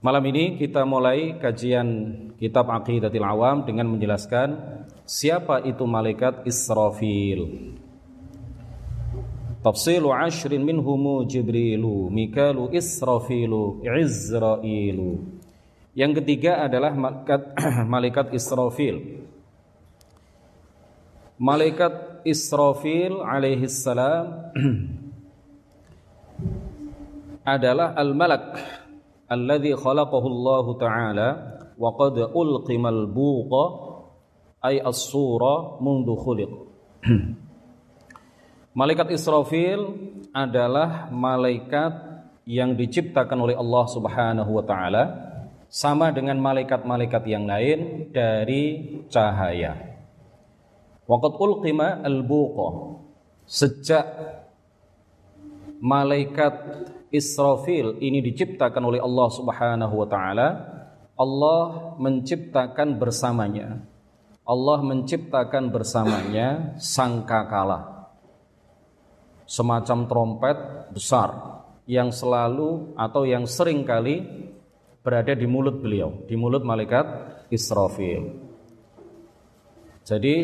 Malam ini kita mulai kajian kitab Aqidatul Awam dengan menjelaskan siapa itu malaikat Israfil. Tafsilu 'ashrin minhumu Jibrilu, Mikalu, Israfilu, Izrailu. Yang ketiga adalah malaikat Israfil. Malaikat Israfil alaihi salam adalah al-malak alladzi khalaqahu Allah Ta'ala wa qad ulqimal buqa ay as-sura mundu khuliq. Malaikat Israfil adalah malaikat yang diciptakan oleh Allah Subhanahu wa taala, sama dengan malaikat-malaikat yang lain dari cahaya. Wa qad ulqima al-buqa, sejak malaikat Israfil ini diciptakan oleh Allah Subhanahu wa taala, Allah menciptakan bersamanya. Allah menciptakan bersamanya sangkakala, semacam trompet besar yang selalu atau yang sering kali berada di mulut beliau, di mulut malaikat Israfil. Jadi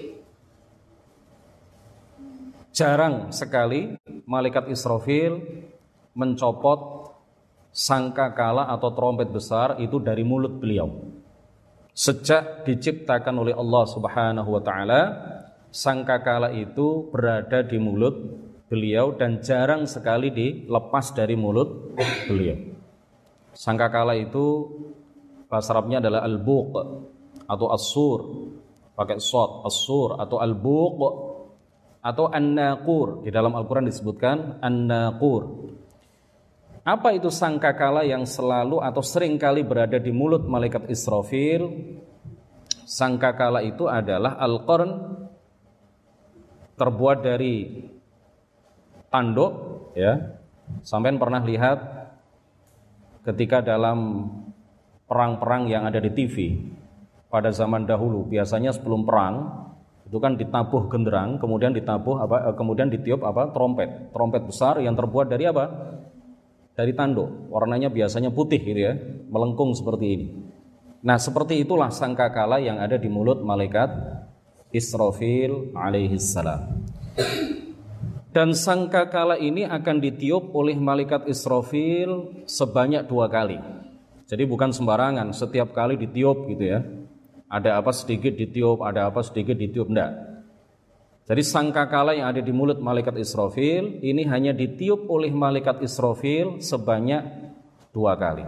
jarang sekali malaikat Israfil mencopot sangkakala atau trompet besar itu dari mulut beliau. Sejak diciptakan oleh Allah Subhanahu wa taala, sangkakala itu berada di mulut beliau dan jarang sekali dilepas dari mulut beliau. Sangkakala itu bahasa Arabnya adalah al-buq atau as-sur, pakai shad, as-sur atau al-buq atau an-naqur. Di dalam Al-Qur'an disebutkan an-naqur. Apa itu sangkakala yang selalu atau sering kali berada di mulut malaikat Israfil? Sangkakala itu adalah al-qarn, terbuat dari tanduk, ya. Sampean pernah lihat ketika dalam perang-perang yang ada di TV pada zaman dahulu, biasanya sebelum perang itu kan ditabuh genderang, kemudian kemudian ditiup trompet besar yang terbuat dari apa? Dari tanduk, warnanya biasanya putih gitu ya, melengkung seperti ini. Nah, seperti itulah sangkakala yang ada di mulut malaikat Israfil alaihi salam. Dan sangkakala ini akan ditiup oleh malaikat Israfil sebanyak 2 kali. Jadi bukan sembarangan, setiap kali ditiup gitu ya. Ada apa sedikit ditiup, ada apa sedikit ditiup, enggak. Jadi sangkakala yang ada di mulut malaikat Israfil ini hanya ditiup oleh malaikat Israfil sebanyak 2 kali.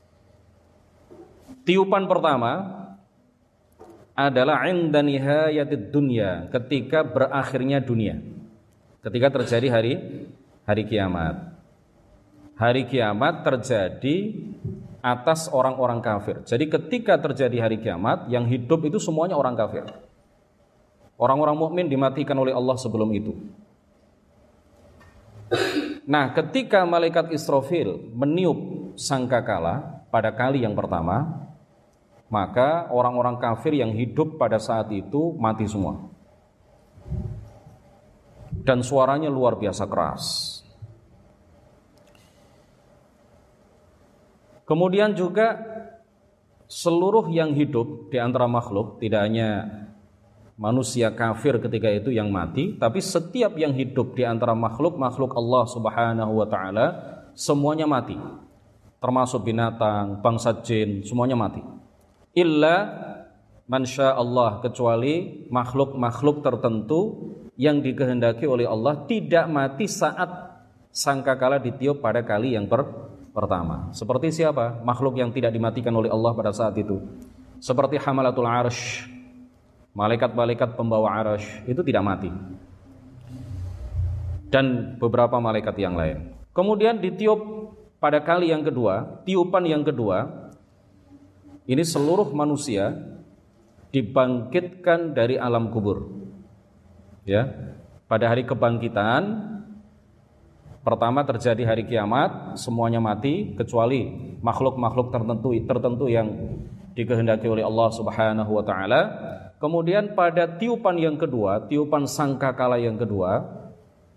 Tiupan pertama adalah 'inda nihayatid dunya, ketika berakhirnya dunia. Ketika terjadi hari kiamat. Hari kiamat terjadi atas orang-orang kafir. Jadi ketika terjadi hari kiamat, yang hidup itu semuanya orang kafir. Orang-orang mukmin dimatikan oleh Allah sebelum itu. Nah, ketika malaikat Israfil meniup sangkakala pada kali yang pertama, maka orang-orang kafir yang hidup pada saat itu mati semua. Dan suaranya luar biasa keras. Kemudian juga seluruh yang hidup di antara makhluk, tidak hanya manusia kafir ketika itu yang mati, tapi setiap yang hidup di antara makhluk Allah Subhanahu wa taala semuanya mati. Termasuk binatang, bangsa jin, semuanya mati. Illa man syaa Allah, kecuali makhluk-makhluk tertentu yang dikehendaki oleh Allah tidak mati saat sangkakala ditiup pada kali yang pertama. Seperti siapa? Makhluk yang tidak dimatikan oleh Allah pada saat itu. Seperti hamalatul arsy, malaikat-malaikat pembawa arsy itu tidak mati. Dan beberapa malaikat yang lain. Kemudian ditiup pada kali yang kedua, tiupan yang kedua, ini seluruh manusia dibangkitkan dari alam kubur. Ya, pada hari kebangkitan pertama terjadi hari kiamat, semuanya mati kecuali makhluk-makhluk tertentu yang dikehendaki oleh Allah Subhanahu wa taala. Kemudian pada tiupan yang kedua, tiupan sangkakala yang kedua,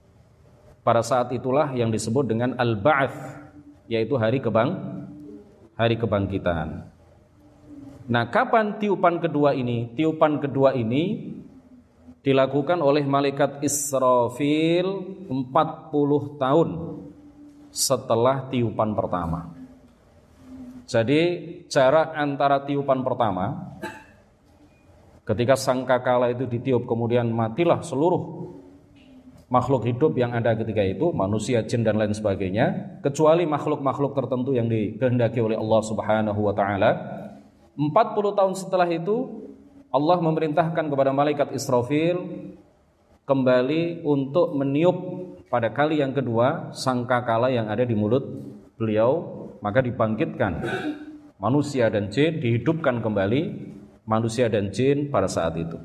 pada saat itulah yang disebut dengan al-ba'ats, yaitu hari hari kebangkitan. Nah, kapan tiupan kedua ini? Tiupan kedua ini dilakukan oleh malaikat Israfil 40 tahun setelah tiupan pertama. Jadi jarak antara tiupan pertama, ketika sangkakala itu ditiup kemudian matilah seluruh makhluk hidup yang ada ketika itu, manusia, jin dan lain sebagainya, kecuali makhluk-makhluk tertentu yang dikehendaki oleh Allah Subhanahu wa taala. 40 tahun setelah itu Allah memerintahkan kepada malaikat Israfil kembali untuk meniup pada kali yang kedua sangkakala yang ada di mulut beliau, maka dibangkitkan manusia dan jin, dihidupkan kembali manusia dan jin pada saat itu.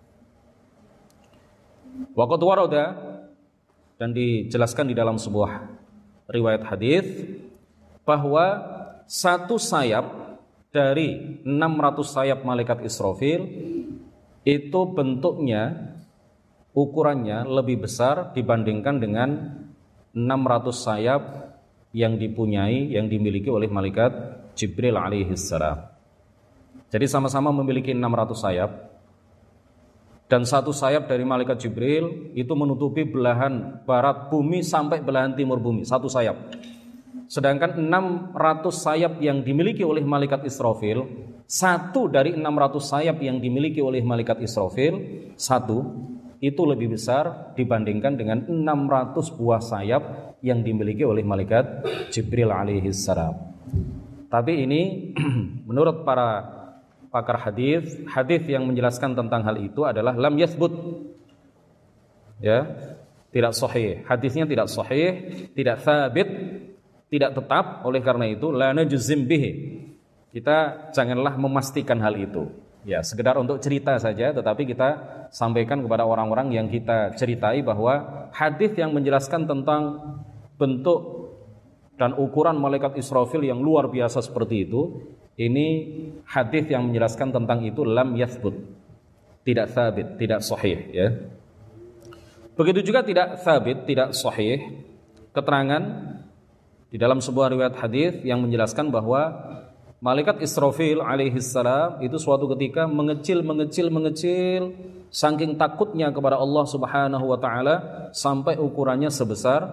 Waqad warada, dan dijelaskan di dalam sebuah riwayat hadis bahwa satu sayap dari 600 sayap malaikat Israfil itu bentuknya, ukurannya lebih besar dibandingkan dengan 600 sayap yang dimiliki oleh malaikat Jibril alaihissalam. Jadi sama-sama memiliki 600 sayap, dan satu sayap dari malaikat Jibril itu menutupi belahan barat bumi sampai belahan timur bumi, satu sayap. Sedangkan 600 sayap yang dimiliki oleh malaikat Israfil, satu dari 600 sayap yang dimiliki oleh malaikat Israfil, satu itu lebih besar dibandingkan dengan 600 buah sayap yang dimiliki oleh malaikat Jibril alaihissalam. Tapi ini menurut para pakar hadis yang menjelaskan tentang hal itu adalah lam yathbut, ya, tidak sahih. Hadisnya tidak sahih, tidak thabit, tidak tetap. Oleh karena itu la najzim bihi, kita janganlah memastikan hal itu, ya, sekedar untuk cerita saja, tetapi kita sampaikan kepada orang-orang yang kita ceritai bahwa hadis yang menjelaskan tentang bentuk dan ukuran malaikat Israfil yang luar biasa seperti itu, ini hadis yang menjelaskan tentang itu lam yathbut, tidak thabit, tidak sahih, ya. Begitu juga tidak thabit, tidak sahih keterangan di dalam sebuah riwayat hadis yang menjelaskan bahwa malaikat Israfil alaihissalam itu suatu ketika mengecil saking takutnya kepada Allah Subhanahu wa taala sampai ukurannya sebesar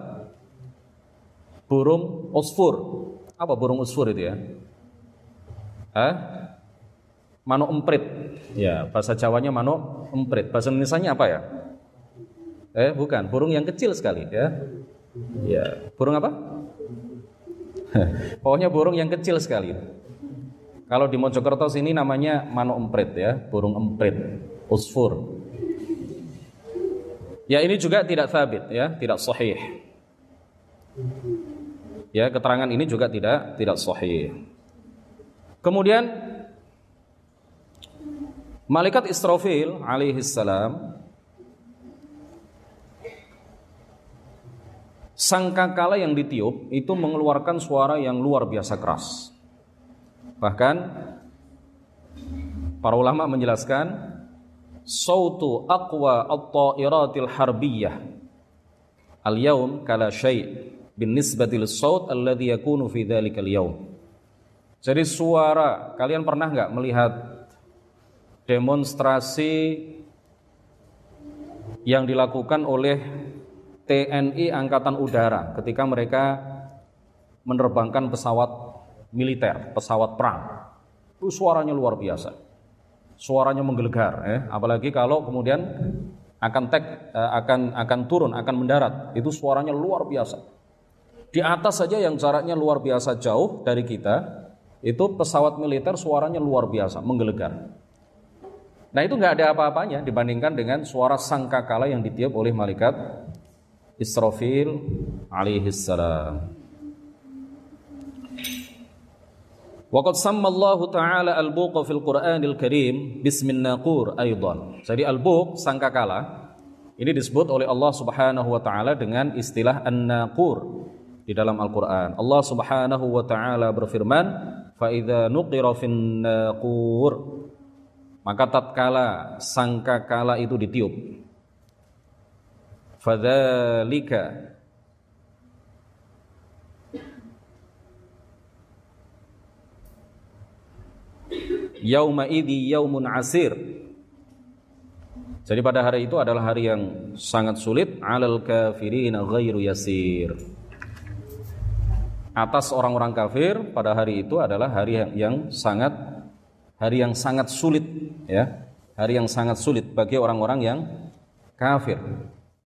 burung usfur. Apa burung usfur itu, ya? Manuk emprit. Ya, bahasa Jawanya manuk emprit. Bahasa Indonesianya apa ya? Bukan, burung yang kecil sekali, ya. Ya, burung apa? Pokoknya burung yang kecil sekali. Kalau di Mojokerto sini namanya manuk emprit, ya, burung emprit, usfur. Ya, ini juga tidak thabit, ya, tidak sahih. Ya, keterangan ini juga tidak sahih. Kemudian malaikat Israfil alaihissalam sangkakala yang ditiup itu mengeluarkan suara yang luar biasa keras. Bahkan para ulama menjelaskan sautu aqwa at-ta'iratil harbiyah al-yawm kala syai' bin nisbati lis-saut alladhi yakunu fi dhalikal yawm. Jadi suara, kalian pernah enggak melihat demonstrasi yang dilakukan oleh TNI Angkatan Udara ketika mereka menerbangkan pesawat militer, pesawat perang? Itu suaranya luar biasa, suaranya menggelegar, apalagi kalau kemudian akan turun, akan mendarat, itu suaranya luar biasa. Di atas saja yang jaraknya luar biasa jauh dari kita, itu pesawat militer suaranya luar biasa, menggelegar. Nah, itu nggak ada apa-apanya dibandingkan dengan suara sangkakala yang ditiup oleh malaikat Israfil alaihissalam. Waqad sammallahu ta'ala al-buqa fil Qur'anil Karim bismin naqur aidan. Jadi al-buq, sangkakala, ini disebut oleh Allah Subhanahu wa taala dengan istilah an-naqur di dalam Al-Qur'an. Allah Subhanahu wa taala berfirman, fa idza nuqira fin naqur, maka tatkala sangkakala itu ditiup, fadzalika, yauma idzi yaumun asir. Jadi pada hari itu adalah hari yang sangat sulit, 'alal kafirina ghairu yasir. Atas orang-orang kafir pada hari itu adalah hari yang sangat sulit, ya. Hari yang sangat sulit bagi orang-orang yang kafir.